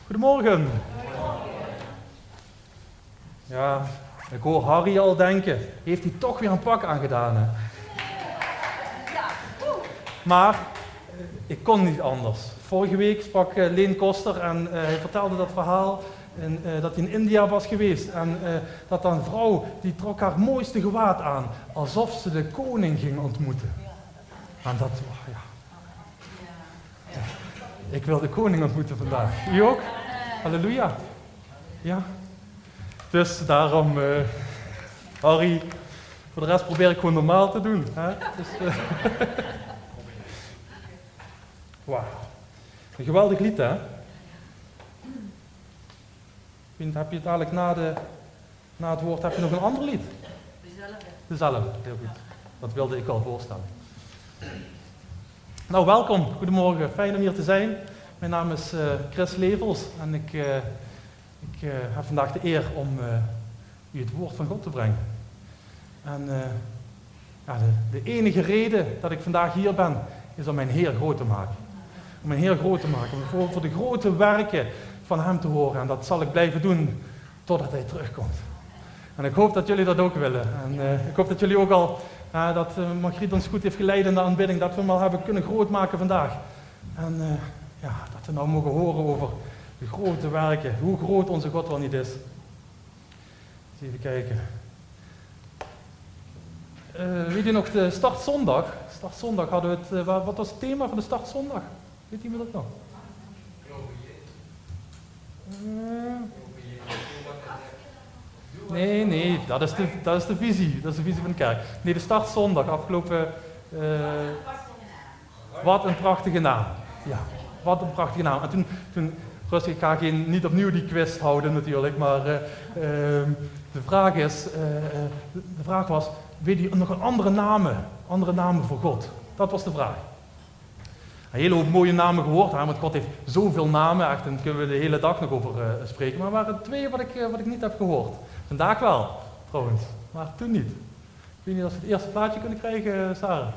Goedemorgen. Ja, ik hoor Harry al denken, heeft hij toch weer een pak aangedaan, hè? Maar ik kon niet anders. Vorige week sprak Leen Koster en hij vertelde dat verhaal dat hij in India was geweest. En dat een vrouw, die trok haar mooiste gewaad aan, alsof ze de koning ging ontmoeten. En dat, ja. Ik wil de koning ontmoeten vandaag. U ook? Halleluja. Ja. Dus daarom, Harry, voor de rest probeer ik gewoon normaal te doen. Hè? Dus, wauw. Een geweldig lied, hè? Heb je dadelijk na het woord, heb je nog een ander lied? Dezelfde, heel goed. Dat wilde ik al voorstellen. Nou, welkom. Goedemorgen. Fijn om hier te zijn. Mijn naam is Chris Levels en ik heb vandaag de eer om u het woord van God te brengen. En de enige reden dat ik vandaag hier ben, is om mijn Heer groot te maken. Om mijn Heer groot te maken, om voor de grote werken van Hem te horen. En dat zal ik blijven doen totdat Hij terugkomt. En ik hoop dat jullie dat ook willen. En ik hoop dat jullie ook al, dat Margriet ons goed heeft geleid in de aanbidding, dat we hem al hebben kunnen grootmaken vandaag. En dat we nou mogen horen over de grote werken, hoe groot onze God wel niet is. Eens even kijken. Weet je nog, de startzondag? Startzondag hadden we het, wat was het thema van de startzondag? Weet iemand dat nog? Nee, dat is de visie. Dat is de visie van de kerk. Nee, de startzondag, afgelopen... wat een prachtige naam. Ja, wat een prachtige naam. En toen rustig, ik ga niet opnieuw die quiz houden natuurlijk, maar de vraag was, weet je nog een andere namen voor God? Dat was de vraag. Een hele hoop mooie namen gehoord, want God heeft zoveel namen, echt, daar kunnen we de hele dag nog over spreken. Maar er waren twee wat ik niet heb gehoord. Vandaag wel, trouwens, maar toen niet. Ik weet niet of we het eerste plaatje kunnen krijgen, Sarah.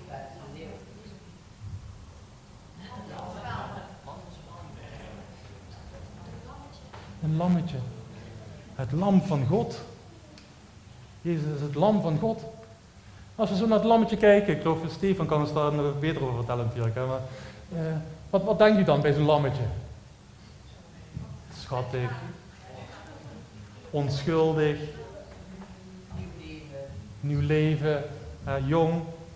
Een lammetje. Het lam van God. Jezus is het lam van God. Als we zo naar het lammetje kijken, ik geloof Stefan kan ons daar nog beter over vertellen natuurlijk. Hè, maar wat denkt u dan bij zo'n lammetje? Schattig. Onschuldig. Nieuw leven. Jong.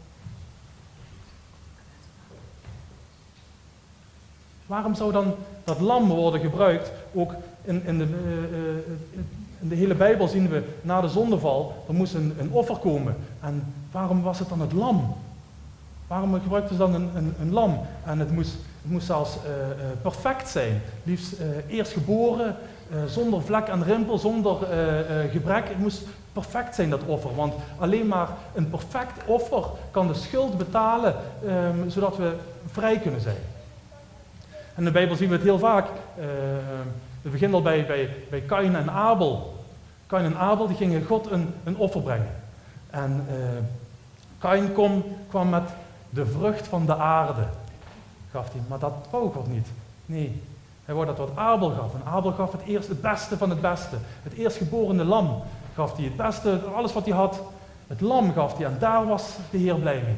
Waarom zou dan dat lam worden gebruikt? Ook in de hele Bijbel zien we, na de zondeval, er moest een offer komen. En waarom was het dan het lam? Waarom gebruikten ze dan een lam? En het moest zelfs perfect zijn. Liefst eerst geboren, zonder vlek en rimpel, zonder gebrek. Het moest perfect zijn, dat offer. Want alleen maar een perfect offer kan de schuld betalen, zodat we vrij kunnen zijn. En in de Bijbel zien we het heel vaak. Het begint al bij Kain en Abel. Kain en Abel die gingen God een offer brengen. En Kain kwam met de vrucht van de aarde. Gaf hij, maar dat wou God niet. Nee, hij wou dat wat Abel gaf. En Abel gaf het beste van het beste. Het eerstgeborene lam gaf hij. Het beste, alles wat hij had, het lam gaf hij. En daar was de Heer blij mee.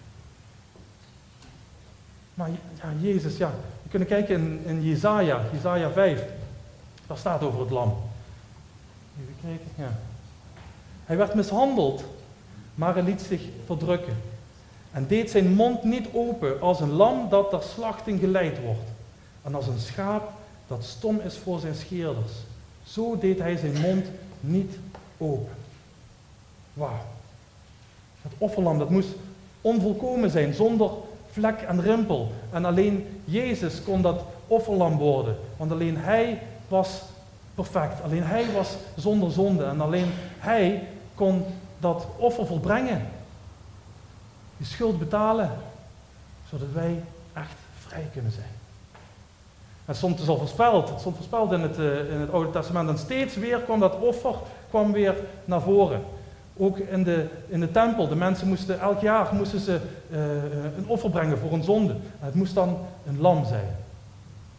Maar ja, Jezus, ja. We kunnen kijken in Jesaja 5. Daar staat over het lam. Even kijken, ja. Hij werd mishandeld, maar hij liet zich verdrukken. En deed zijn mond niet open als een lam dat ter slachting geleid wordt. En als een schaap dat stom is voor zijn scheerders. Zo deed hij zijn mond niet open. Wauw. Het offerlam, dat moest onvolkomen zijn, zonder vlek en rimpel. En alleen Jezus kon dat offerlam worden. Want alleen Hij was perfect. Alleen Hij was zonder zonde. En alleen Hij kon dat offer volbrengen. Die schuld betalen. Zodat wij echt vrij kunnen zijn. Het stond dus al voorspeld. Het stond voorspeld in het Oude Testament. En steeds weer kwam dat offer weer naar voren. Ook in de tempel. De mensen elk jaar moesten een offer brengen voor een zonde. En het moest dan een lam zijn.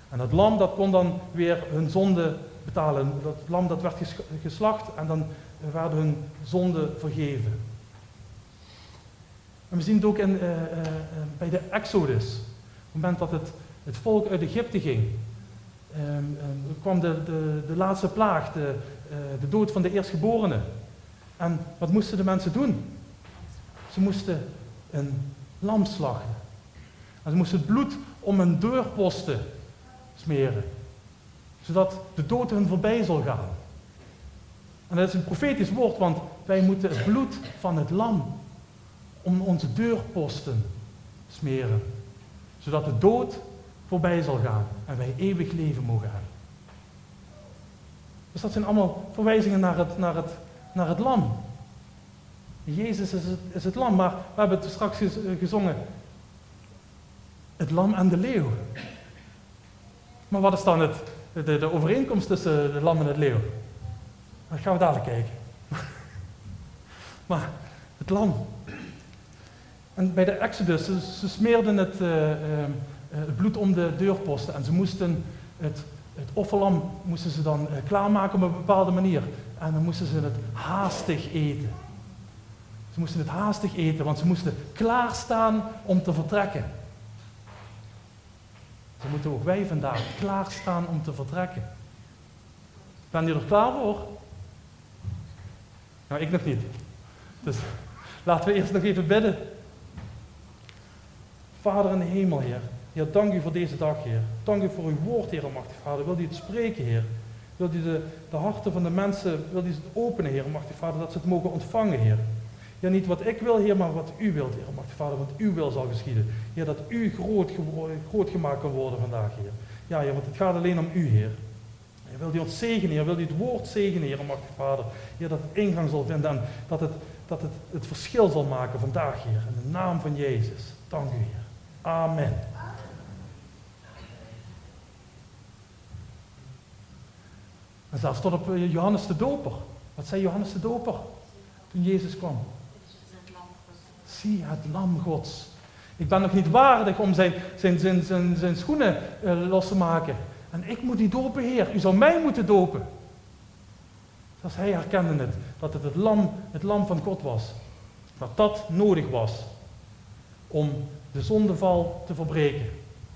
En het lam dat kon dan weer hun zonde betalen. Dat lam dat werd geslacht en dan werden hun zonden vergeven. En we zien het ook bij de Exodus. Op het moment dat het volk uit Egypte ging, kwam de laatste plaag, de dood van de eerstgeborenen. En wat moesten de mensen doen? Ze moesten een lam slachten. En ze moesten het bloed om hun deurposten smeren. Zodat de dood hun voorbij zal gaan. En dat is een profetisch woord, want wij moeten het bloed van het lam om onze deurposten smeren. Zodat de dood voorbij zal gaan en wij eeuwig leven mogen hebben. Dus dat zijn allemaal verwijzingen naar het lam. Jezus is het lam, maar we hebben het straks gezongen. Het lam en de leeuw. Maar wat is dan de overeenkomst tussen de lam en het leeuw? Dat gaan we dadelijk kijken. Maar het lam. En bij de Exodus, ze smeerden het bloed om de deurposten en ze moesten het offerlam moesten ze dan klaarmaken op een bepaalde manier. En dan moesten ze het haastig eten. Ze moesten het haastig eten, want ze moesten klaarstaan om te vertrekken. Zo moeten ook wij vandaag klaarstaan om te vertrekken. Ben je er klaar voor? Nou, ik nog niet. Dus laten we eerst nog even bidden. Vader in de hemel, Heer. Heer, dank u voor deze dag, Heer. Dank u voor uw woord, Heer, machtig Vader. Wil u het spreken, Heer? Wil u de harten van de mensen, wil u het openen, Heer, machtig Vader, dat ze het mogen ontvangen, Heer. Ja, niet wat ik wil, Heer, maar wat u wilt, Heer, machtig Vader, want uw wil zal geschieden. Heer, dat u groot gemaakt kan worden vandaag, Heer. Ja, Heer, want het gaat alleen om u, Heer. Heer, wil u ons zegenen, Heer, wil u het woord zegenen, Heer, machtig Vader. Heer, dat het ingang zal vinden en dat het verschil zal maken vandaag, Heer. In de naam van Jezus. Dank u, Heer. Amen. En zelfs tot op Johannes de Doper. Wat zei Johannes de Doper toen Jezus kwam? Zie het lam Gods. Ik ben nog niet waardig om zijn schoenen los te maken. En ik moet die dopen, Heer. U zou mij moeten dopen. Zelfs hij herkende het. Dat het het lam van God was. Dat nodig was. Om de zondeval te verbreken.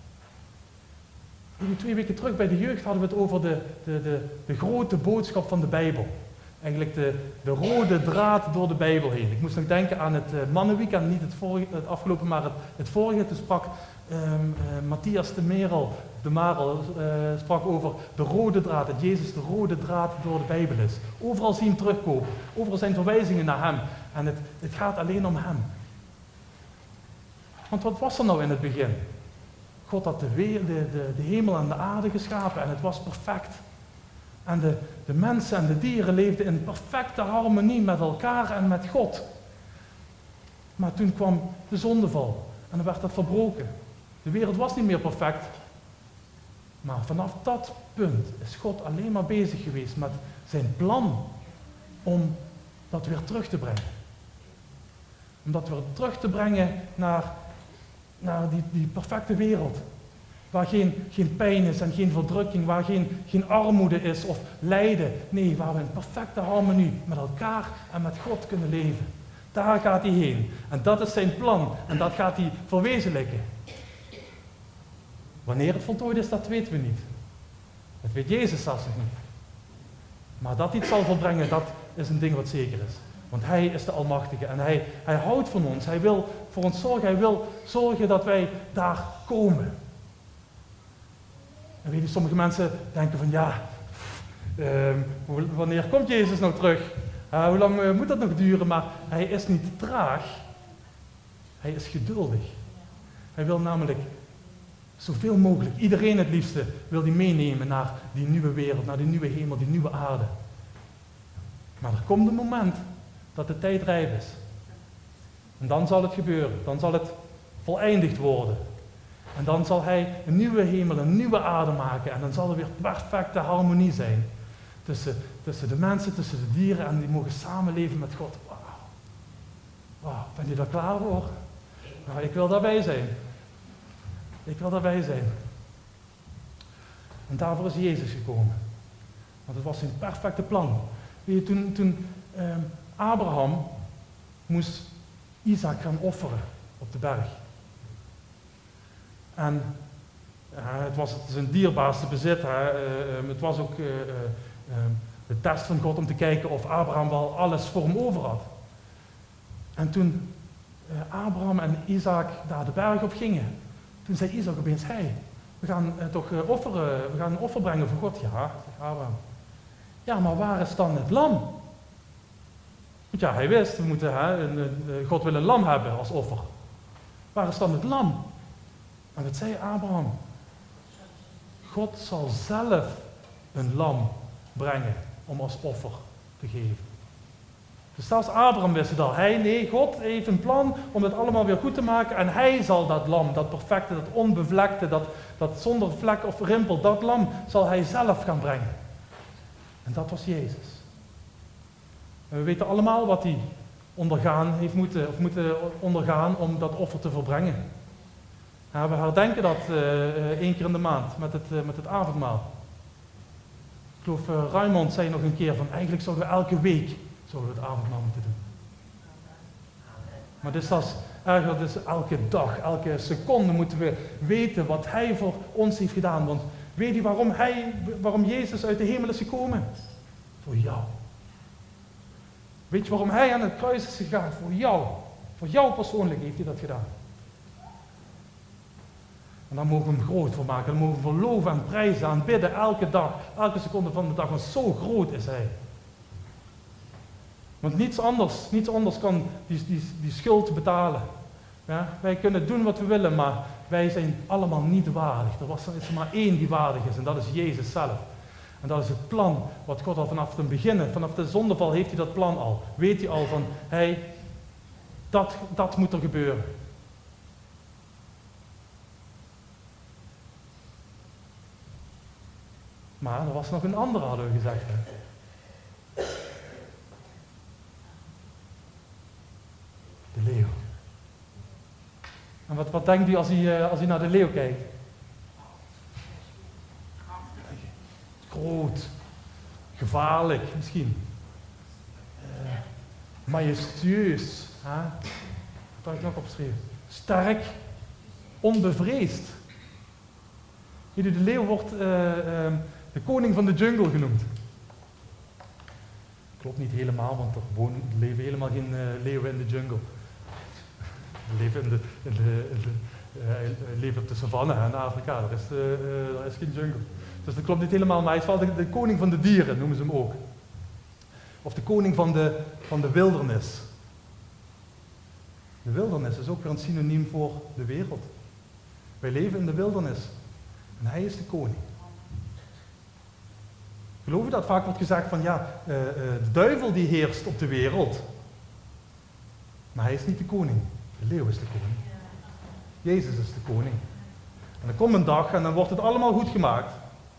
2 weken terug bij de jeugd hadden we het over de grote boodschap van de Bijbel. Eigenlijk de rode draad door de Bijbel heen. Ik moest nog denken aan het mannenweekend, niet het afgelopen, maar het vorige. Toen sprak Matthias de Marel sprak over de rode draad. Dat Jezus de rode draad door de Bijbel is. Overal zien terugkomen. Overal zijn verwijzingen naar hem. En het gaat alleen om hem. Want wat was er nou in het begin? God had de hemel en de aarde geschapen en het was perfect. En de mensen en de dieren leefden in perfecte harmonie met elkaar en met God. Maar toen kwam de zondeval en dan werd dat verbroken. De wereld was niet meer perfect. Maar vanaf dat punt is God alleen maar bezig geweest met zijn plan om dat weer terug te brengen. Om dat weer terug te brengen naar die perfecte wereld. Waar geen pijn is en geen verdrukking, waar geen armoede is of lijden. Nee, waar we in perfecte harmonie met elkaar en met God kunnen leven. Daar gaat hij heen. En dat is zijn plan. En dat gaat hij verwezenlijken. Wanneer het voltooid is, dat weten we niet. Dat weet Jezus zelfs nog niet. Maar dat hij het zal volbrengen, dat is een ding wat zeker is. Want hij is de Almachtige en hij houdt van ons. Hij wil voor ons zorgen. Hij wil zorgen dat wij daar komen. En weet je, sommige mensen denken van wanneer komt Jezus nou terug? Hoe lang moet dat nog duren? Maar hij is niet traag. Hij is geduldig. Hij wil namelijk zoveel mogelijk, iedereen het liefste, wil hij meenemen naar die nieuwe wereld, naar die nieuwe hemel, die nieuwe aarde. Maar er komt een moment dat de tijd rijp is. En dan zal het gebeuren. Dan zal het voleindigd worden. En dan zal hij een nieuwe hemel, een nieuwe aarde maken. En dan zal er weer perfecte harmonie zijn. Tussen de mensen, tussen de dieren. En die mogen samenleven met God. Wauw, ben je daar klaar voor? Nou, ik wil daarbij zijn. Ik wil daarbij zijn. En daarvoor is Jezus gekomen. Want het was zijn perfecte plan. Weet je, toen Abraham moest Isaac gaan offeren op de berg. En het was zijn dierbaarste bezit. Het was ook de test van God om te kijken of Abraham wel alles voor hem over had. En toen Abraham en Isaac daar de berg op gingen, toen zei Isaac opeens, we gaan toch offeren, we gaan een offer brengen voor God. Ja, zegt Abraham. Ja, maar waar is dan het lam? Want ja, hij wist, God wil een lam hebben als offer. Waar is dan het lam? En wat zei Abraham? God zal zelf een lam brengen om als offer te geven. Dus zelfs Abraham wist het al. God heeft een plan om het allemaal weer goed te maken en hij zal dat lam, dat perfecte, dat onbevlekte, dat zonder vlek of rimpel, dat lam zal hij zelf gaan brengen. En dat was Jezus. En we weten allemaal wat hij moeten ondergaan om dat offer te volbrengen. We herdenken dat 1 keer in de maand met het avondmaal. Ik geloof, Raymond zei nog een keer van eigenlijk zouden we elke week het avondmaal moeten doen. Maar dit is erger, dus elke dag, elke seconde moeten we weten wat hij voor ons heeft gedaan. Want weet je waarom Jezus uit de hemel is gekomen? Voor jou. Weet je waarom hij aan het kruis is gegaan? Voor jou. Voor jou persoonlijk heeft hij dat gedaan. En daar mogen we hem groot voor maken. Daar mogen we voor loven en prijzen, aanbidden elke dag, elke seconde van de dag. Want zo groot is hij. Want niets anders kan die schuld betalen. Ja? Wij kunnen doen wat we willen, maar wij zijn allemaal niet waardig. Er is er maar één die waardig is en dat is Jezus zelf. En dat is het plan wat God al vanaf het begin, vanaf de zondeval heeft hij dat plan al. Weet hij al van, dat moet er gebeuren. Maar er was nog een andere, hadden we gezegd. Hè? De leeuw. En wat denkt u als hij naar de leeuw kijkt? Groot. Gevaarlijk misschien. Majestueus. Wat had ik nog opgeschreven? Sterk. Onbevreesd. De leeuw wordt de koning van de jungle genoemd. Klopt niet helemaal, want er leven helemaal geen leeuwen in de jungle. Hij leeft op de savanne in Afrika, daar is geen jungle. Dus dat klopt niet helemaal, maar hij is wel de koning van de dieren, noemen ze hem ook. Of de koning van de wildernis. De wildernis is ook weer een synoniem voor de wereld. Wij leven in de wildernis. En hij is de koning. Geloof je dat? Vaak wordt gezegd van de duivel die heerst op de wereld. Maar hij is niet de koning. De leeuw is de koning. Jezus is de koning. En er komt een dag en dan wordt het allemaal goed gemaakt.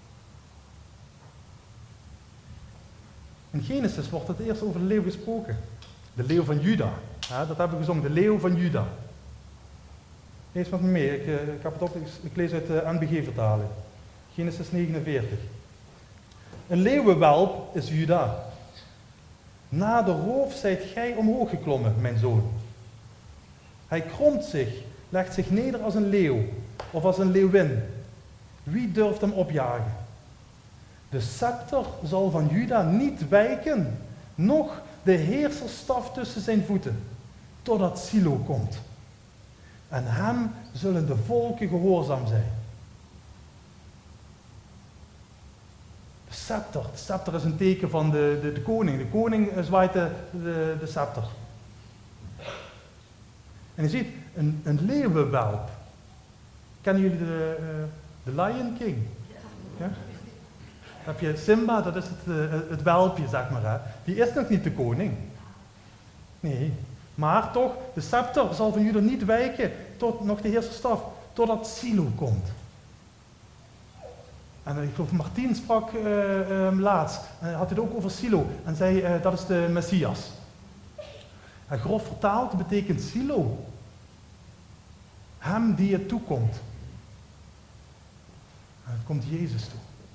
In Genesis wordt het eerst over de leeuw gesproken. De leeuw van Juda. Ja, dat hebben we gezongen, de leeuw van Juda. Lees met me mee, ik heb het op, ik lees uit de NBG-vertaling. Genesis 49. Een leeuwenwelp is Juda. Na de roof zijt gij omhoog geklommen, mijn zoon. Hij kromt zich, legt zich neder als een leeuw of als een leeuwin. Wie durft hem opjagen? De scepter zal van Juda niet wijken, noch de heerserstaf tussen zijn voeten, totdat Silo komt. En hem zullen de volken gehoorzaam zijn. De scepter is een teken van de koning. De koning zwaait de scepter. En je ziet, een leeuwenwelp. Kennen jullie de Lion King? Ja? Dan heb je Simba, dat is het welpje, zeg maar. Hè. Die is nog niet de koning. Nee. Maar toch, de scepter zal van Juda niet wijken, tot nog de heerserstaf, totdat Silo komt. En ik geloof, Martien sprak laatst, en had het ook over Silo, en zei, dat is de Messias. En grof vertaald betekent Silo, hem die het toekomt. En het komt Jezus toe.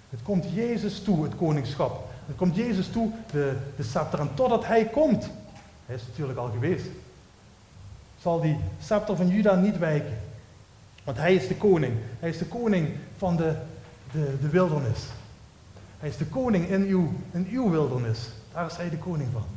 Het komt Jezus toe, het koningschap. Het komt Jezus toe, de scepter. En totdat hij komt, hij is natuurlijk al geweest, zal die scepter van Juda niet wijken. Want hij is de koning. Hij is de koning van de wildernis. Hij is de koning in uw wildernis. Daar is hij de koning van.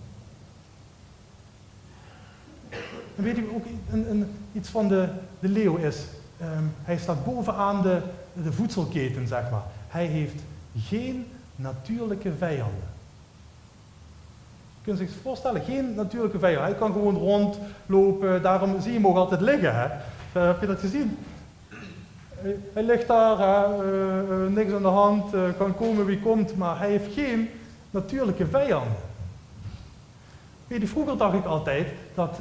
En weet u ook iets van de leeuw is? Hij staat bovenaan de voedselketen, zeg maar. Hij heeft geen natuurlijke vijanden. Kun je zich voorstellen? Geen natuurlijke vijanden. Hij kan gewoon rondlopen, daarom zie je hem ook altijd liggen. Hè? Heb je dat gezien? Hij ligt daar, niks aan de hand, kan komen wie komt, maar hij heeft geen natuurlijke vijanden. Weet je, vroeger dacht ik altijd dat,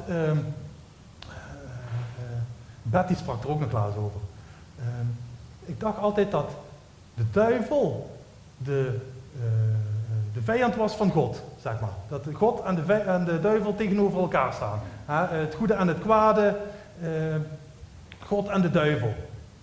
Betty sprak er ook nog laatst over. Ik dacht altijd dat de duivel de vijand was van God, zeg maar. Dat God en de duivel tegenover elkaar staan. Het goede en het kwade, God en de duivel.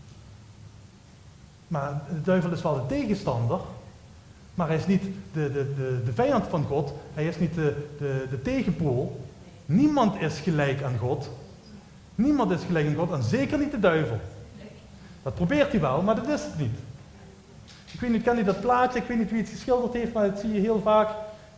Maar de duivel is wel de tegenstander, maar hij is niet de vijand van God, hij is niet de tegenpool. Niemand is gelijk aan God. Niemand is gelijk aan God en zeker niet de duivel. Dat probeert hij wel, maar dat is het niet. Ik weet niet, ken je dat plaatje? Ik weet niet wie het geschilderd heeft, maar dat zie je heel vaak.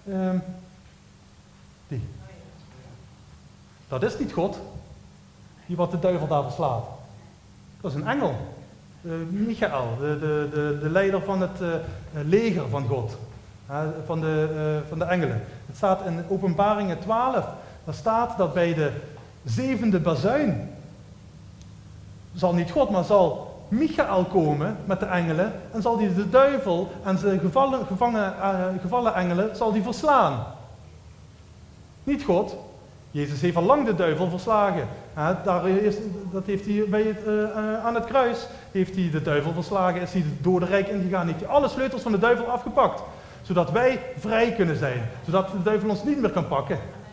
Die. Dat is niet God, die wat de duivel daar verslaat. Dat is een engel. Michael, de leider van het leger van God. Van de engelen. Het staat in Openbaringen 12. Daar staat dat bij de 7e bazuin zal niet God, maar zal Michael komen met de engelen en zal die de duivel en zijn gevallen engelen zal die verslaan. Niet God. Jezus heeft al lang de duivel verslagen. Dat heeft hij aan het kruis heeft hij de duivel verslagen, is hij het dodenrijk ingegaan, heeft hij alle sleutels van de duivel afgepakt. Zodat wij vrij kunnen zijn. Zodat de duivel ons niet meer kan pakken.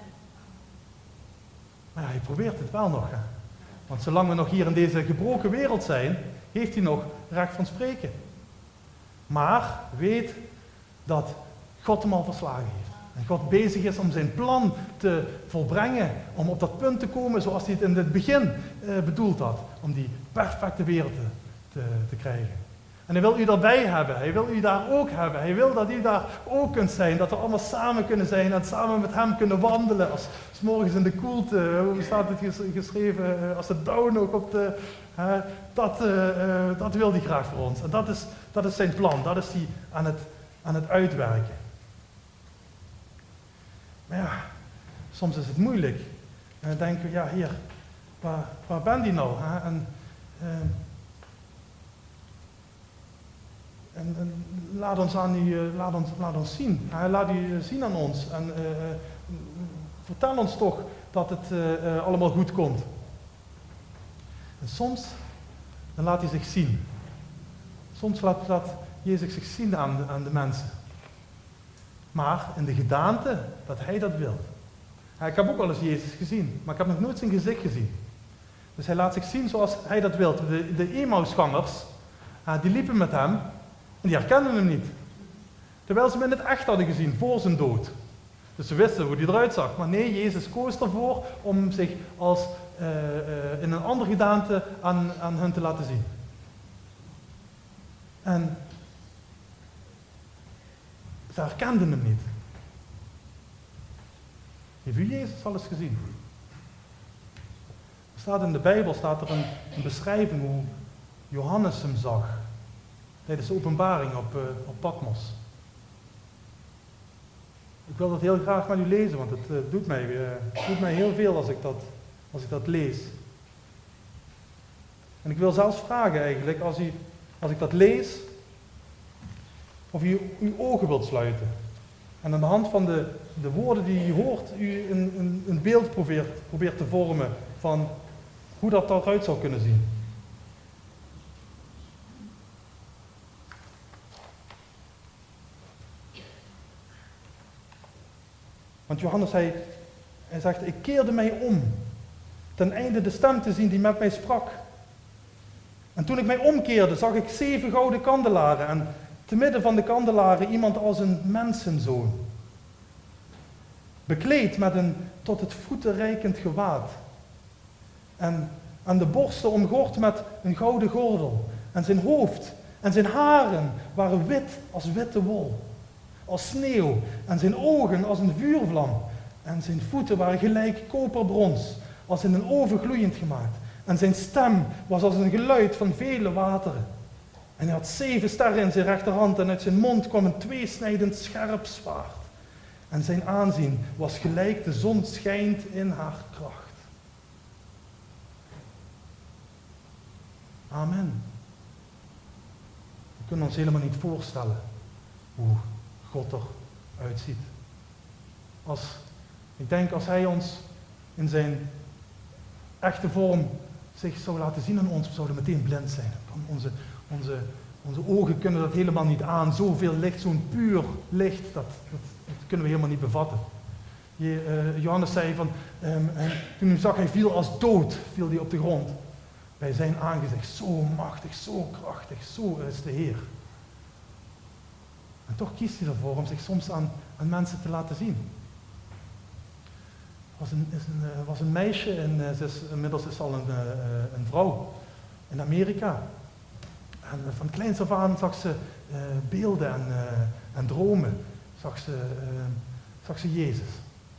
Maar ja, hij probeert het wel nog. Hè? Want zolang we nog hier in deze gebroken wereld zijn, heeft hij nog recht van spreken. Maar weet dat God hem al verslagen heeft. En God bezig is om zijn plan te volbrengen. Om op dat punt te komen zoals hij het in het begin bedoeld had. Om die perfecte wereld te krijgen. En hij wil u daarbij hebben. Hij wil u daar ook hebben. Hij wil dat u daar ook kunt zijn. Dat we allemaal samen kunnen zijn en samen met hem kunnen wandelen. Als 's morgens in de koelte, hoe staat het geschreven, als de dauw ook op de... dat wil hij graag voor ons. En dat is zijn plan. Dat is hij aan het uitwerken. Maar ja, soms is het moeilijk. En dan denken we, ja Heer, waar ben die nou? Hè? En laat ons zien. Laat u zien aan ons. En vertel ons toch dat het allemaal goed komt. En soms, dan laat hij zich zien. Soms laat Jezus zich zien aan de mensen. Maar in de gedaante dat hij dat wil. Ik heb ook wel eens Jezus gezien, maar ik heb nog nooit zijn gezicht gezien. Dus hij laat zich zien zoals hij dat wil. De Emmausgangers, die liepen met hem en die herkenden hem niet. Terwijl ze hem in het echt hadden gezien, voor zijn dood. Dus ze wisten hoe hij eruit zag. Maar nee, Jezus koos ervoor om zich als in een andere gedaante aan hen te laten zien. En ze herkenden hem niet. Heeft u Jezus al eens gezien? Er staat in de Bijbel een beschrijving hoe Johannes hem zag. Tijdens de openbaring op Patmos. Ik wil dat heel graag met u lezen, want het doet mij heel veel als ik dat lees. En ik wil zelfs vragen eigenlijk, als ik dat lees, of u uw ogen wilt sluiten. En aan de hand van de woorden die u hoort, u een beeld probeert te vormen van hoe dat eruit zou kunnen zien. Want Johannes, hij zegt, ik keerde mij om, ten einde de stem te zien die met mij sprak. En toen ik mij omkeerde, zag ik 7 gouden kandelaren en Te midden van de kandelaren iemand als een mensenzoon. Bekleed met een tot het voeten reikend gewaad. En aan de borsten omgord met een gouden gordel. En zijn hoofd en zijn haren waren wit als witte wol. Als sneeuw. En zijn ogen als een vuurvlam. En zijn voeten waren gelijk koperbrons. Als in een oven gloeiend gemaakt. En zijn stem was als een geluid van vele wateren. En hij had 7 sterren in zijn rechterhand en uit zijn mond kwam een tweesnijdend scherp zwaard. En zijn aanzien was gelijk de zon schijnt in haar kracht. Amen. We kunnen ons helemaal niet voorstellen hoe God eruit ziet. Ik denk als hij ons in zijn echte vorm zich zou laten zien aan ons, we zouden meteen blind zijn. Onze ogen kunnen dat helemaal niet aan. Zoveel licht, zo'n puur licht, dat kunnen we helemaal niet bevatten. Johannes zei van, toen zag hij viel als dood, viel hij op de grond. Bij zijn aangezicht, zo machtig, zo krachtig, zo is de Heer. En toch kiest hij ervoor om zich soms aan mensen te laten zien. Er was een meisje, en inmiddels is ze al een vrouw, in Amerika. En van kleins af aan zag ze beelden en dromen, zag ze Jezus.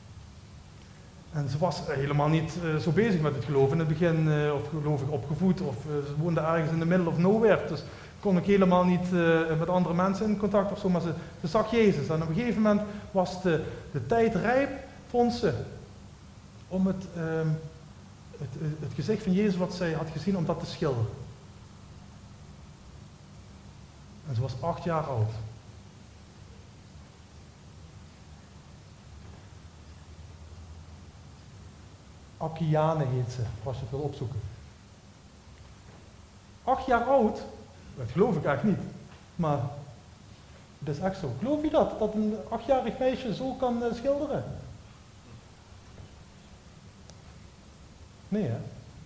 En ze was helemaal niet zo bezig met het geloof in het begin, of gelovig opgevoed, of ze woonde ergens in the middle of nowhere. Dus kon ik helemaal niet met andere mensen in contact of zo, maar ze zag Jezus. En op een gegeven moment was de tijd rijp, vond ze, om het gezicht van Jezus wat zij had gezien, om dat te schilderen. En ze was 8 jaar oud. Akiane heet ze, als je het wil opzoeken. 8 jaar oud, dat geloof ik eigenlijk niet, maar het is echt zo. Geloof je dat een 8-jarig meisje zo kan schilderen? Nee, hè?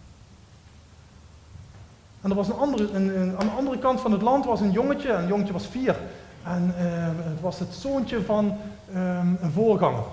En er was aan de andere kant van het land was een jongetje was 4. En het was het zoontje van een voorganger.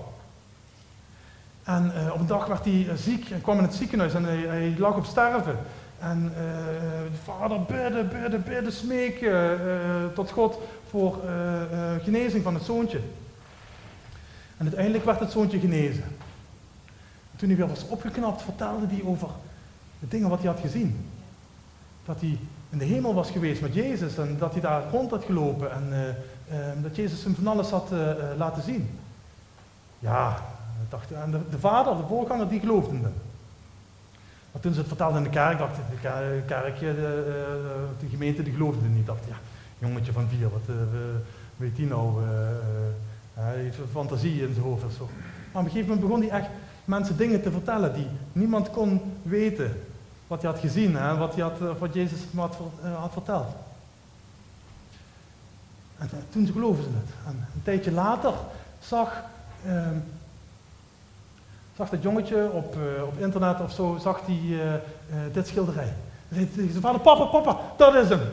En op een dag werd hij ziek en kwam in het ziekenhuis en hij lag op sterven. En vader bidden, smeken tot God voor genezing van het zoontje. En uiteindelijk werd het zoontje genezen. En toen hij weer was opgeknapt, vertelde hij over de dingen wat hij had gezien. Dat hij in de hemel was geweest met Jezus en dat hij daar rond had gelopen en dat Jezus hem van alles had laten zien. Ja, en de vader, de voorganger, die geloofde hem. Maar toen ze het vertelde in de kerk, dacht de kerk, de gemeente, die geloofde het niet. Dacht, ja, jongetje van 4, wat weet die nou? Hij heeft een fantasie in zijn hoofd of zo. Maar op een gegeven moment begon hij echt mensen dingen te vertellen die niemand kon weten. Wat hij had gezien, hè, wat Jezus hem had verteld. En toen geloofden ze het. En een tijdje later zag dat jongetje op internet of zo, zag hij dit schilderij. Hij zei tegen zijn vader, papa, dat is hem.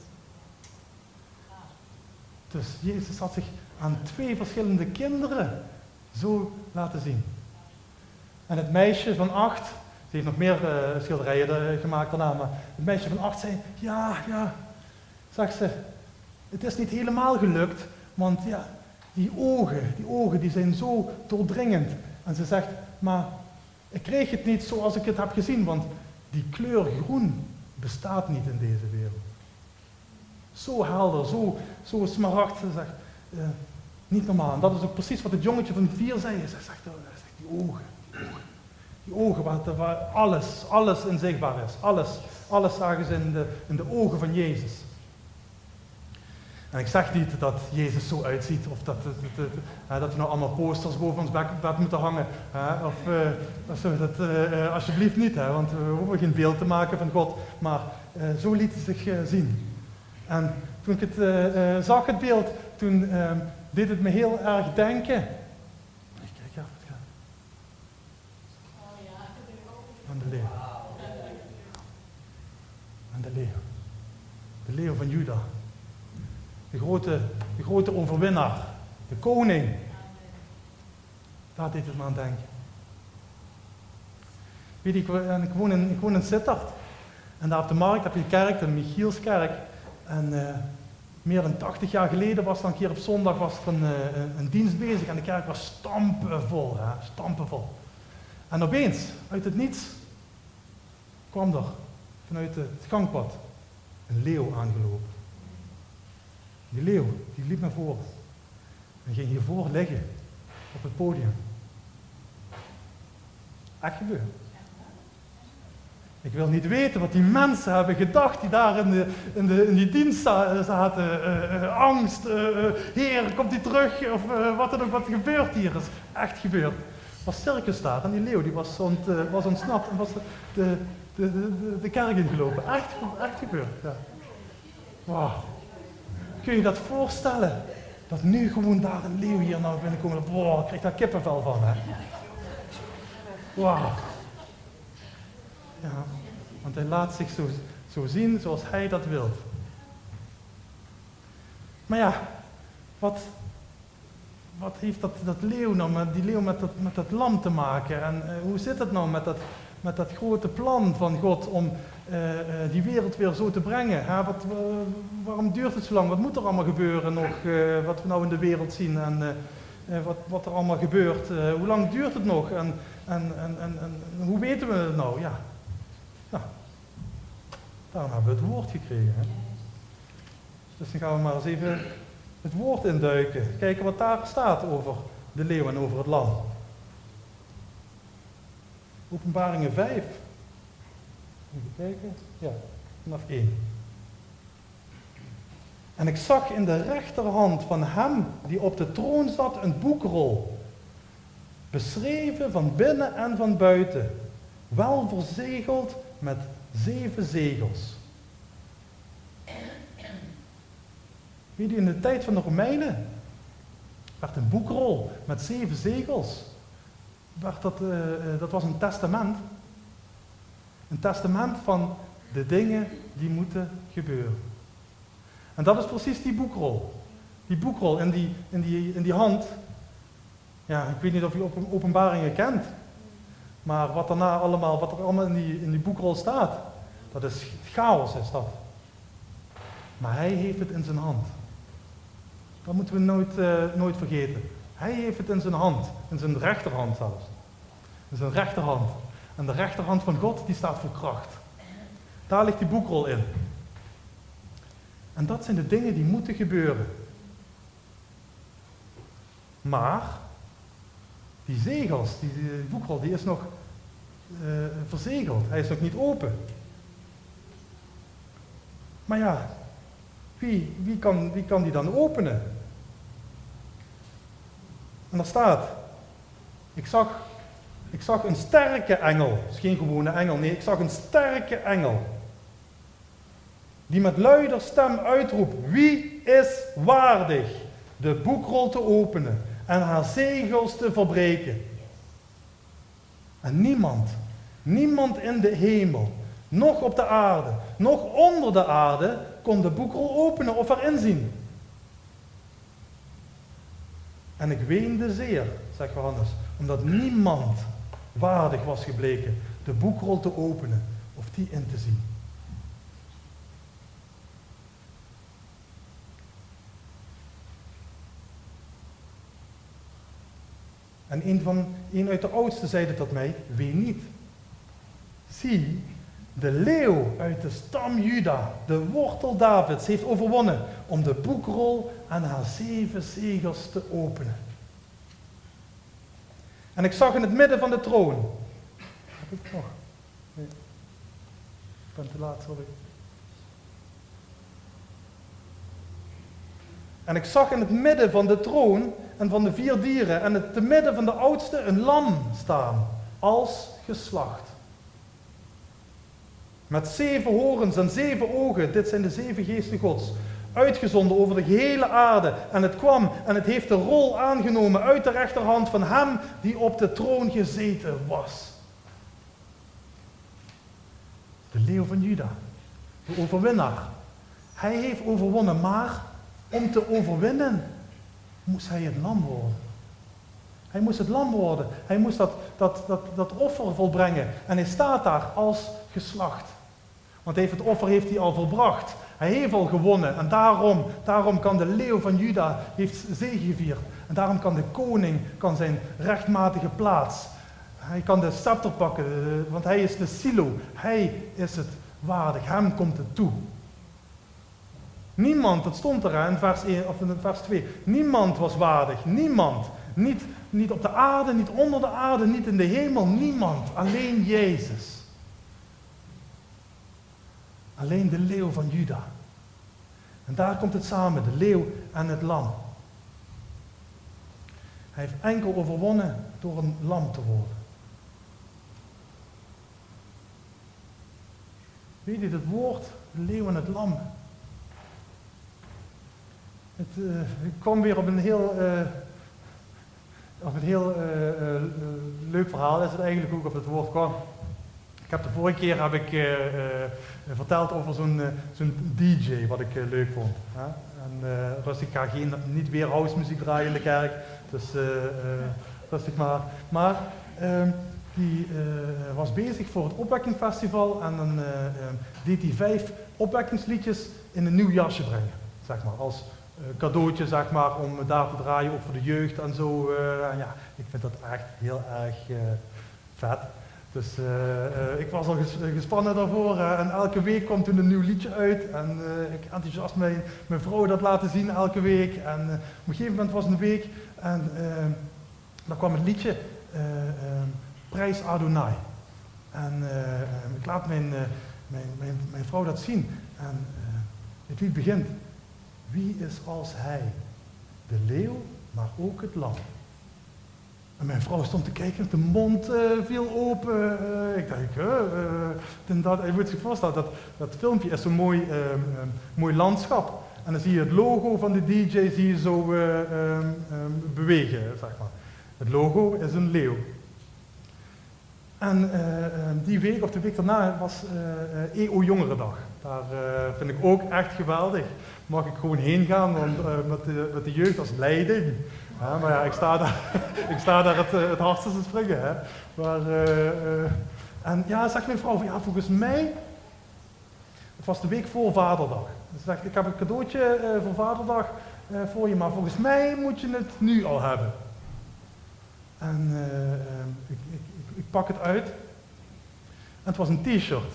Dus Jezus had zich aan 2 verschillende kinderen zo laten zien. En het meisje van 8, ze heeft nog meer schilderijen gemaakt daarna, maar het meisje van 8 zei, ja, zegt ze, het is niet helemaal gelukt, want ja, die ogen die zijn zo doordringend. En ze zegt, maar ik kreeg het niet zoals ik het heb gezien, want die kleur groen bestaat niet in deze wereld. Zo helder, zo smaragd, ze zegt, niet normaal. En dat is ook precies wat het jongetje van 4 zei. Ze zegt, die ogen waar alles in zichtbaar is. Alles zagen ze in de ogen van Jezus. En ik zeg niet dat Jezus zo uitziet, of dat we nou allemaal posters boven ons bed moeten hangen. Alsjeblieft niet, want we hoeven geen beeld te maken van God. Maar zo liet hij zich zien. En toen ik het zag, het beeld, toen deed het me heel erg denken. Ik kijk even wat gaat. Aan de leeuw. Aan de leeuw. De leeuw van Juda. de grote overwinnaar, de koning. Daar deed het me aan denken. Weet je, ik woon in Sittard. En daar op de markt heb je een kerk, de Michielskerk. En meer dan 80 jaar geleden was er een keer op zondag was er een dienst bezig. En de kerk was stampenvol, stampenvol. En opeens, uit het niets, kwam er vanuit het gangpad een leeuw aangelopen. Die leeuw, die liep naar voren. En ging hiervoor liggen, op het podium. Echt gebeurd. Ik wil niet weten wat die mensen hebben gedacht die daar in die dienst zaten. Angst, Heer, komt hij terug? Of wat dan ook, wat gebeurt hier? Is echt gebeurd. Er was circus daar en die leeuw die was ontsnapt en was de kerk ingelopen. Echt gebeurd. Ja. Wauw. Kun je dat voorstellen? Dat nu gewoon daar een leeuw hier nou binnenkomt. Wow, ik krijg daar kippenvel van. Hè? Wauw. Ja, want hij laat zich zo zien zoals hij dat wil. Maar ja, wat heeft dat leeuw nou met dat lam te maken? En hoe zit het nou met dat grote plan van God om die wereld weer zo te brengen? Waarom duurt het zo lang? Wat moet er allemaal gebeuren nog, wat we nou in de wereld zien en wat er allemaal gebeurt? Hoe lang duurt het nog en hoe weten we het nou? Ja. Daarom hebben we het woord gekregen. Hè? Dus dan gaan we maar eens even het woord induiken. Kijken wat daar staat over de leeuw en over het lam. Openbaringen 5. Even kijken. Ja, vanaf 1. En ik zag in de rechterhand van hem die op de troon zat een boekrol. Beschreven van binnen en van buiten. Wel verzegeld met 7 zegels. Weet u, in de tijd van de Romeinen werd een boekrol met 7 zegels. Dat was een testament. Een testament van de dingen die moeten gebeuren. En dat is precies die boekrol. Die boekrol in die hand. Ja, ik weet niet of u Openbaringen kent. Maar wat er allemaal in die boekrol staat, dat is chaos, is dat. Maar hij heeft het in zijn hand. Dat moeten we nooit vergeten. Hij heeft het in zijn hand, in zijn rechterhand zelfs. In zijn rechterhand. En de rechterhand van God, die staat voor kracht. Daar ligt die boekrol in. En dat zijn de dingen die moeten gebeuren. Maar die zegels, die boekrol, die is nog verzegeld. Hij is nog niet open. Maar ja, wie kan die dan openen? En daar staat, ik zag een sterke engel. Het is geen gewone engel, nee, ik zag een sterke engel. Die met luider stem uitroept, wie is waardig de boekrol te openen en haar zegels te verbreken? En niemand in de hemel, nog op de aarde, nog onder de aarde, kon de boekrol openen of erin zien. En ik weende zeer, zegt Johannes, omdat niemand waardig was gebleken de boekrol te openen of die in te zien. En een uit de oudsten zei tot mij, ween niet. Zie, de leeuw uit de stam Juda, de wortel Davids, heeft overwonnen om de boekrol en haar 7 zegels te openen. En ik zag in het midden van de troon. Heb ik het nog? Nee. Ik ben te laat, sorry. En ik zag in het midden van de troon en van de 4 dieren en te midden van de oudste een lam staan, als geslacht. Met 7 horens en 7 ogen, dit zijn de 7 geesten Gods, uitgezonden over de gehele aarde. En het kwam en het heeft de rol aangenomen uit de rechterhand van hem die op de troon gezeten was. De leeuw van Juda, de overwinnaar. Hij heeft overwonnen, maar Om te overwinnen moest hij het lam worden. Hij moest het lam worden. Hij moest dat offer volbrengen. En hij staat daar als geslacht. Want het offer heeft hij al volbracht. Hij heeft al gewonnen. En daarom kan de leeuw van Juda heeft zegevierd. En daarom kan de koning zijn rechtmatige plaats. Hij kan de scepter pakken, want hij is de silo. Hij is het waardig. Hem komt het toe. Niemand, dat stond er in vers 1 of in vers 2. Niemand was waardig. Niemand. Niet op de aarde, niet onder de aarde, niet in de hemel. Niemand. Alleen Jezus. Alleen de leeuw van Juda. En daar komt het samen, de leeuw en het lam. Hij heeft enkel overwonnen door een lam te worden. Weet je, het woord, de leeuw en het lam. Ik kwam weer op een heel leuk verhaal, is het eigenlijk ook op het woord kwam. De vorige keer heb ik verteld over zo'n DJ, wat ik leuk vond. Hè? En rustig, ik ga niet weer house muziek draaien in de kerk, dus rustig maar. Maar die was bezig voor het opwekkingfestival en dan deed hij 5 opwekkingsliedjes in een nieuw jasje brengen, zeg maar, als cadeautje, zeg maar, om daar te draaien, ook voor de jeugd en zo. En ja, ik vind dat echt heel erg vet. Dus ik was al gespannen daarvoor en elke week kwam toen een nieuw liedje uit en ik enthousiast mijn vrouw dat laten zien elke week en op een gegeven moment was een week en dan kwam het liedje Prijs Adonai en ik laat mijn vrouw dat zien en het lied begint: wie is als hij, de leeuw, maar ook het lam. En mijn vrouw stond te kijken, de mond viel open. Ik dacht, je moet zich voorstellen, dat filmpje is zo'n mooi landschap. En dan zie je het logo van de DJ zie je zo bewegen, zeg maar. Het logo is een leeuw. En die week, of de week daarna, was EO Jongerendag. Daar vind ik ook echt geweldig. Mag ik gewoon heen gaan, want met de jeugd als leiding. Ja, maar ja, ik sta daar het hardste te springen. Hè. Maar, en ja, zegt mijn vrouw, ja, volgens mij, het was de week voor Vaderdag. Ze zegt, ik heb een cadeautje voor Vaderdag voor je, maar volgens mij moet je het nu al hebben. En ik pak het uit. En het was een t-shirt.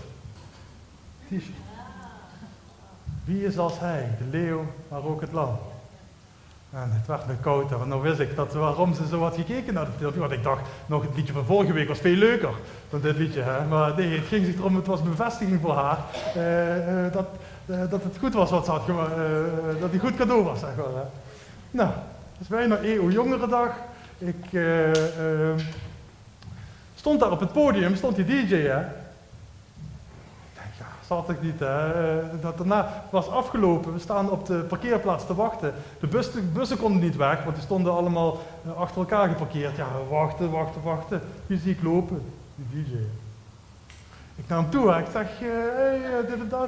Wie is als hij, de leeuw, maar ook het lam. En het werd me koud, want nou wist ik waarom ze zo had gekeken naar het filmpje. Want ik dacht, nog het liedje van vorige week was veel leuker dan dit liedje. Hè? Maar nee, het ging zich erom, het was een bevestiging voor haar dat het goed was wat ze had gemaakt, dat die goed cadeau was, zeg maar. Hè? Nou, het is bijna EO Jongerendag. Ik stond daar op het podium, stond die DJ, hè. Zat ik niet, hè. Dat daarna was afgelopen, we staan op de parkeerplaats te wachten. De bussen konden niet weg, want die stonden allemaal achter elkaar geparkeerd. Ja, wachten. Wie zie ik lopen? Die DJ. Ik nam hem toe, hè. Ik zeg, hey, dit en dat.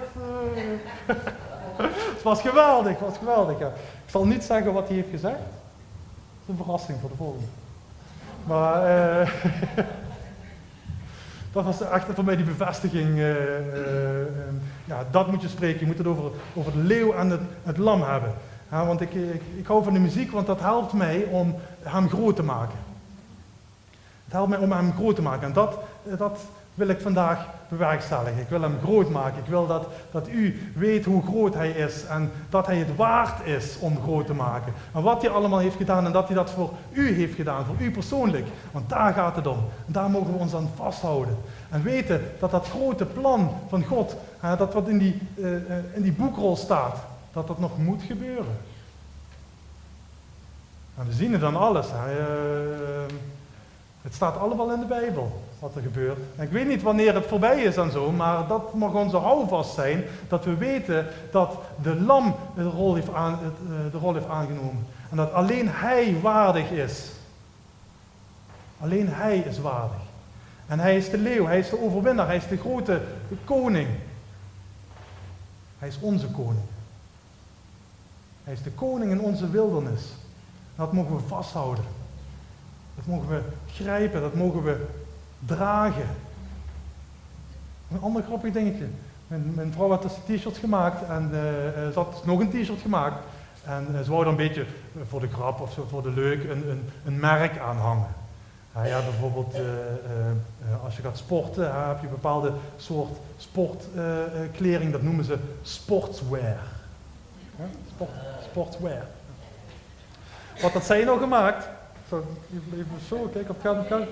Het was geweldig, ja. Ik zal niet zeggen wat hij heeft gezegd. Het is een verrassing voor de volgende. Maar dat was echt voor mij die bevestiging. Ja, dat moet je spreken. Je moet het over de leeuw en het lam hebben. Ja, want ik hou van de muziek, want dat helpt mij om hem groot te maken. Het helpt mij om hem groot te maken. En dat wil ik vandaag bewerkstelligen. Ik wil hem groot maken. Ik wil dat u weet hoe groot hij is. En dat hij het waard is om groot te maken. En wat hij allemaal heeft gedaan. En dat hij dat voor u heeft gedaan. Voor u persoonlijk. Want daar gaat het om. En daar mogen we ons aan vasthouden. En weten dat dat grote plan van God. Dat wat in die boekrol staat. Dat nog moet gebeuren. En we zien het aan alles. Het staat allemaal in de Bijbel, wat er gebeurt. En ik weet niet wanneer het voorbij is en zo, maar dat mag onze houvast zijn, dat we weten dat de lam de rol heeft aangenomen. En dat alleen hij waardig is. Alleen hij is waardig. En hij is de leeuw, hij is de overwinnaar, hij is de grote koning. Hij is onze koning. Hij is de koning in onze wildernis. Dat mogen we vasthouden. Dat mogen we grijpen, dat mogen we dragen. Een ander grappig dingetje. Mijn vrouw had dus t-shirts gemaakt en ze had nog een t-shirt gemaakt. En ze wou er een beetje voor de grap of zo, voor de leuk een merk aan hangen. Ja, bijvoorbeeld als je gaat sporten, heb je een bepaalde soort sportkleding, dat noemen ze sportswear. Ja? Sportswear. Wat had zij nou gemaakt? Even zo, kijk of het gaat.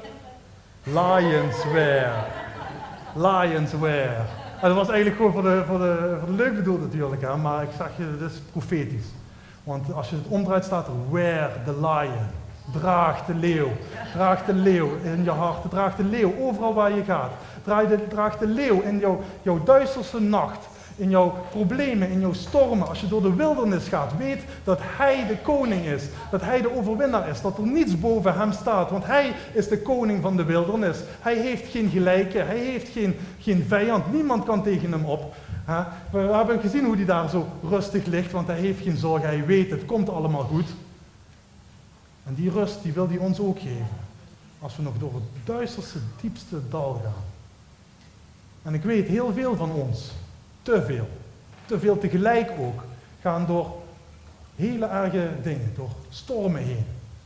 Lionswear. En dat was eigenlijk gewoon voor de leuk bedoeld natuurlijk, hè? Maar ik zeg je, dit is profetisch. Want als je het omdraait staat er, wear the lion. Draag de leeuw. Draag de leeuw in je hart. Draag de leeuw overal waar je gaat. Draag de leeuw in jouw duisterste nacht. In jouw problemen, in jouw stormen. Als je door de wildernis gaat, weet dat hij de koning is. Dat hij de overwinnaar is. Dat er niets boven hem staat. Want hij is de koning van de wildernis. Hij heeft geen gelijke. Hij heeft geen vijand. Niemand kan tegen hem op. We hebben gezien hoe hij daar zo rustig ligt. Want hij heeft geen zorgen. Hij weet, het komt allemaal goed. En die rust, die wil hij ons ook geven. Als we nog door het duisterste, diepste dal gaan. En ik weet, heel veel van ons, te veel tegelijk ook, gaan door hele erge dingen, door stormen heen.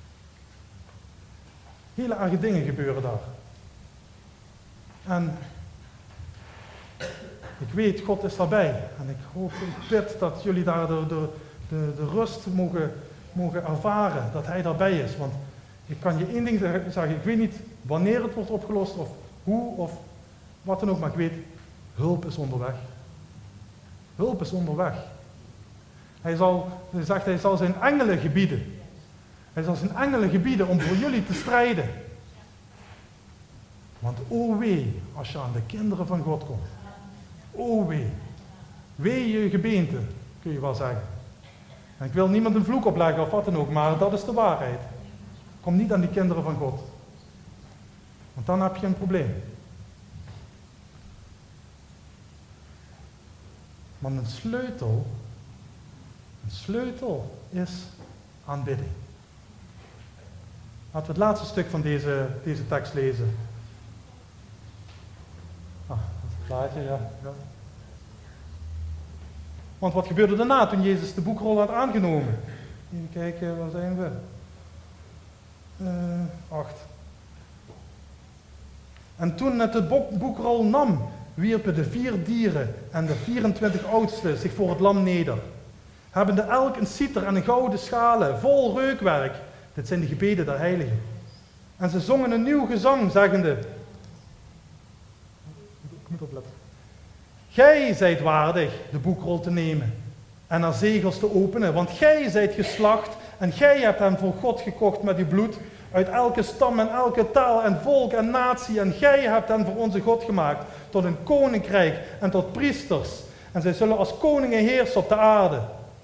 Hele erge dingen gebeuren daar. En ik weet, God is daarbij. En ik bid dat jullie daar de rust mogen ervaren, dat hij daarbij is. Want ik kan je één ding zeggen, ik weet niet wanneer het wordt opgelost, of hoe, of wat dan ook, maar ik weet, hulp is onderweg. Hulp is onderweg. Hij zal zijn engelen gebieden. Hij zal zijn engelen gebieden om voor jullie te strijden. Want o wee, als je aan de kinderen van God komt. O wee. Wee je gebeente, kun je wel zeggen. En ik wil niemand een vloek opleggen of wat dan ook, maar dat is de waarheid. Kom niet aan die kinderen van God. Want dan heb je een probleem. Maar een sleutel is aanbidding. Laten we het laatste stuk van deze tekst lezen. Dat is het plaatje, ja. Want wat gebeurde daarna toen Jezus de boekrol had aangenomen? Even kijken, waar zijn we? 8. En toen het de boekrol nam, wierpen de 4 dieren en de 24 oudsten zich voor het lam neder. Hebbende elk een citer en een gouden schalen, vol reukwerk. Dit zijn de gebeden der heiligen. En ze zongen een nieuw gezang, zeggende. Ik moet opletten. Gij zijt waardig de boekrol te nemen en haar zegels te openen, want gij zijt geslacht en gij hebt hem voor God gekocht met uw bloed, uit elke stam en elke taal en volk en natie, en gij hebt hen voor onze God gemaakt, tot een koninkrijk en tot priesters, en zij zullen als koningen heersen op de aarde.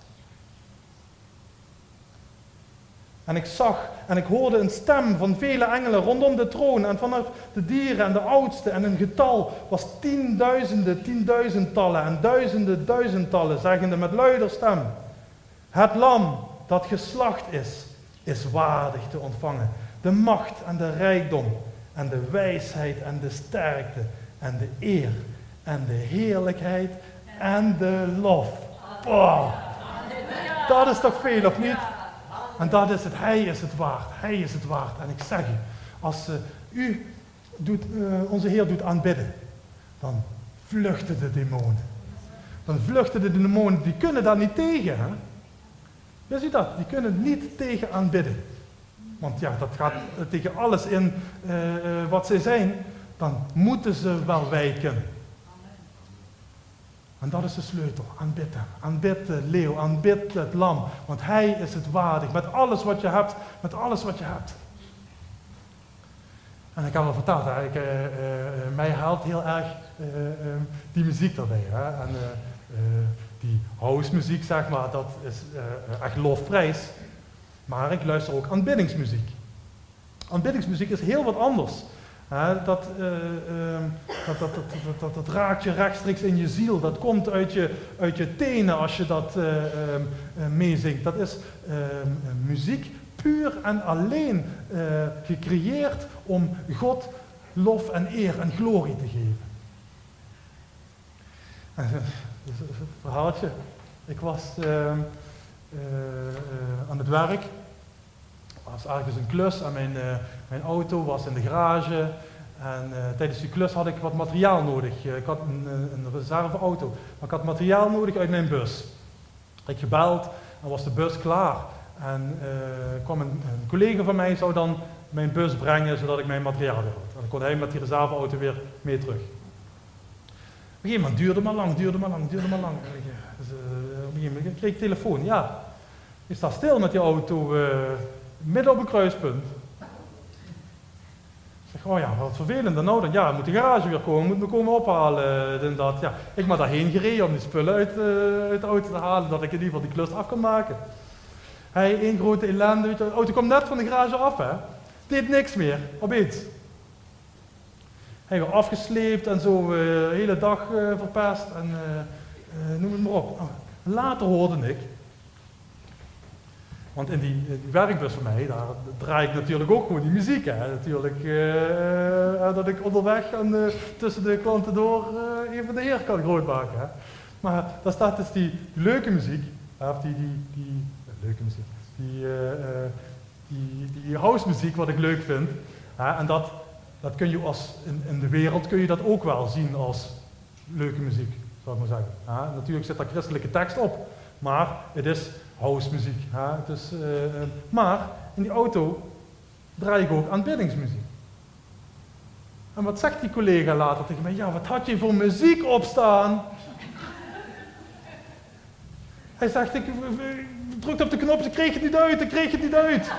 En ik zag en ik hoorde een stem van vele engelen rondom de troon en vanaf de dieren en de oudsten, en hun getal was 10.000 tienduizendtallen en duizenden duizendtallen, zeggende met luider stem: het lam dat geslacht is waardig te ontvangen de macht en de rijkdom en de wijsheid en de sterkte en de eer en de heerlijkheid en de lof. Oh, dat is toch veel, of niet? En dat is het, hij is het waard, hij is het waard. En ik zeg u, als onze Heer doet aanbidden, dan vluchten de demonen. Dan vluchten de demonen, die kunnen daar niet tegen. Hè? Wist u dat? Die kunnen niet tegen aanbidden. Want ja, dat gaat tegen alles in wat zij zijn. Dan moeten ze wel wijken. En dat is de sleutel. Aanbid hem. Aanbid de leeuw. Aanbid het lam. Want hij is het waardig. Met alles wat je hebt. Met alles wat je hebt. En ik heb al verteld. Mij haalt heel erg die muziek erbij. Hè? En die house muziek, zeg maar, dat is echt lofprijs. Maar ik luister ook aanbiddingsmuziek. Aanbiddingsmuziek is heel wat anders. Dat raakt je rechtstreeks in je ziel. Dat komt uit je tenen als je dat meezingt. Dat is muziek puur en alleen gecreëerd om God lof en eer en glorie te geven. Een verhaaltje. Ik was aan het werk. Er was ergens een klus en mijn auto was in de garage. En tijdens die klus had ik wat materiaal nodig. Ik had een reserveauto, maar ik had materiaal nodig uit mijn bus. Ik had gebeld en was de bus klaar. En kwam een collega van mij zou dan mijn bus brengen zodat ik mijn materiaal weer had. En dan kon hij met die reserveauto weer mee terug. Op een gegeven moment duurde maar lang. Dus, op een gegeven moment kreeg ik telefoon. Ja, je staat stil met die auto midden op een kruispunt. Ik zeg, oh ja, wat vervelend. En nou dan, ja, moet de garage weer komen, moet me komen ophalen. En dat. Ja, ik ben daarheen gereden om die spullen uit de auto te halen, dat ik in ieder geval die klus af kan maken. Hij, één grote ellende, de auto kwam net van de garage af, hè. Deed niks meer, opeens. Hij werd afgesleept en zo, de hele dag verpest en noem het maar op. Later hoorde ik, want in die werkbus van mij, daar draai ik natuurlijk ook gewoon die muziek, hè. Natuurlijk, dat ik onderweg en tussen de klanten door even de Heer kan grootmaken, hè. Maar daar staat dus die leuke muziek, of die leuke muziek, die house muziek wat ik leuk vind, hè. En dat kun je in de wereld kun je dat ook wel zien als leuke muziek, zou ik maar zeggen. Ja, natuurlijk zit daar christelijke tekst op, maar het is house muziek. Ja, maar in die auto draai ik ook aanbiddingsmuziek. En wat zegt die collega later tegen mij? Ja, wat had je voor muziek opstaan? Hij zegt, ik drukte op de knop, ik kreeg het niet uit.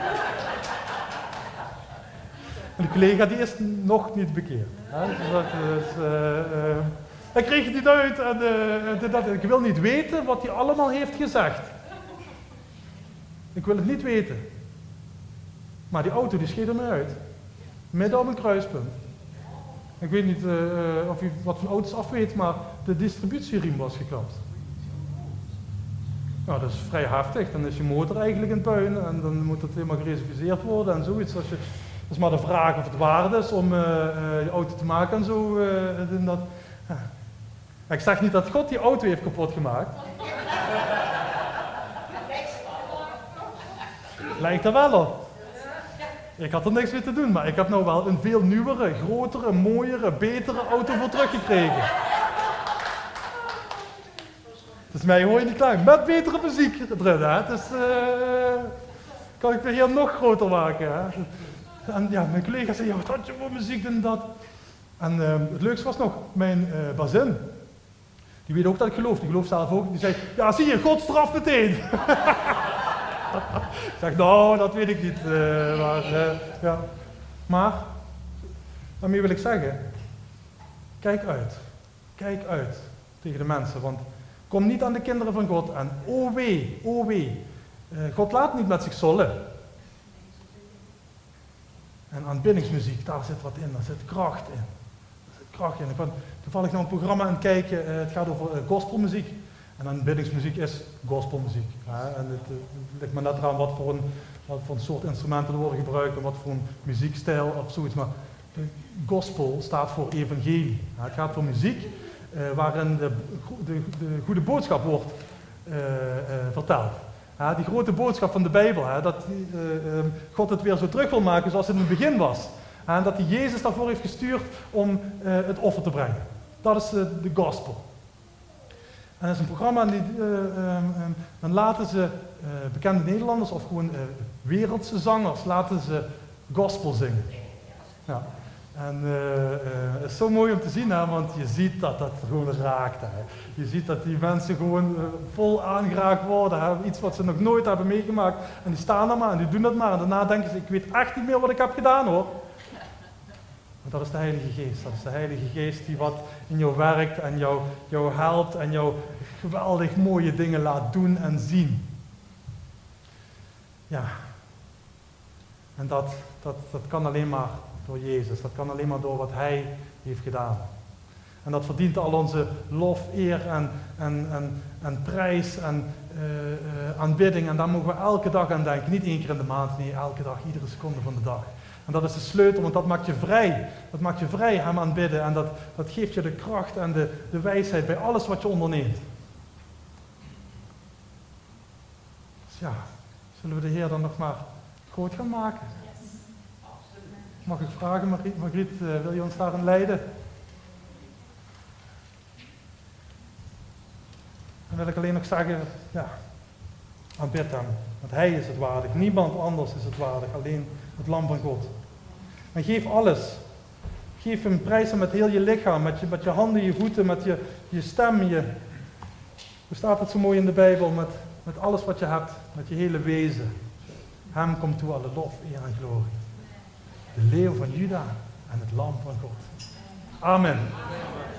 En de collega die is nog niet bekeerd. Hij kreeg het niet uit en ik wil niet weten wat hij allemaal heeft gezegd. Ik wil het niet weten. Maar die auto die scheet er maar uit. Midden op een kruispunt. Ik weet niet of u wat van auto's af weet, maar de distributieriem was geklapt. Nou, dat is vrij heftig. Dan is je motor eigenlijk in puin en dan moet het helemaal gereserveerd worden en zoiets. Het is maar de vraag of het waard is om je auto te maken en zo. Dat. Ja. Ik zeg niet dat God die auto heeft kapot gemaakt. Lijkt er wel op. Ik had er niks mee te doen, maar ik heb nou wel een veel nieuwere, grotere, mooiere, betere auto voor teruggekregen. Dus mij hoor je niet klaar. Met betere muziek erin, hè. Dus kan ik de Heer nog groter maken, hè. En ja, mijn collega zei, ja, wat had je voor muziek en dat? En het leukste was nog, mijn bazin. Die weet ook dat ik geloof. Die gelooft zelf ook. Die zei, ja, zie je, God straft meteen. Ik zeg, nou, dat weet ik niet. Ja. Maar, daarmee wil ik zeggen, kijk uit. Kijk uit tegen de mensen, want kom niet aan de kinderen van God en oh wee. God laat niet met zich zollen. En aanbiddingsmuziek, daar zit wat in, daar zit kracht in. Ik ben toevallig naar een programma aan het kijken, het gaat over gospelmuziek. En aanbiddingsmuziek is gospelmuziek. En het ligt maar net eraan wat voor een soort instrumenten er worden gebruikt en wat voor een muziekstijl of zoiets. Maar gospel staat voor evangelie. Het gaat voor muziek waarin de goede boodschap wordt verteld. Die grote boodschap van de Bijbel, dat God het weer zo terug wil maken zoals het in het begin was. En dat hij Jezus daarvoor heeft gestuurd om het offer te brengen. Dat is de gospel. En dat is een programma, dan laten ze bekende Nederlanders of gewoon wereldse zangers, laten ze gospel zingen. Ja. En het is zo mooi om te zien, hè, want je ziet dat dat gewoon raakt. Hè. Je ziet dat die mensen gewoon vol aangeraakt worden, hè. Iets wat ze nog nooit hebben meegemaakt. En die staan er maar en die doen dat maar. En daarna denken ze, ik weet echt niet meer wat ik heb gedaan, hoor. Maar dat is de Heilige Geest. Dat is de Heilige Geest die wat in jou werkt en jou helpt en jou geweldig mooie dingen laat doen en zien. Ja. En dat kan alleen maar door Jezus. Dat kan alleen maar door wat Hij heeft gedaan. En dat verdient al onze lof, eer en prijs en aanbidding. En daar mogen we elke dag aan denken. Niet 1 keer in de maand, nee, elke dag, iedere seconde van de dag. En dat is de sleutel, want dat maakt je vrij. Dat maakt je vrij hem aanbidden. En dat geeft je de kracht en de wijsheid bij alles wat je onderneemt. Dus ja, zullen we de Heer dan nog maar groot gaan maken? Mag ik vragen, Margriet, wil je ons daarin leiden? Dan wil ik alleen nog zeggen, ja, aanbid hem. Want hij is het waardig. Niemand anders is het waardig. Alleen het lam van God. En geef alles. Geef hem prijs met heel je lichaam. Met je handen, je voeten, met je stem. Hoe staat het zo mooi in de Bijbel? Met alles wat je hebt. Met je hele wezen. Hem komt toe alle lof, eer en glorie. De leeuw van Juda en het lam van God. Amen.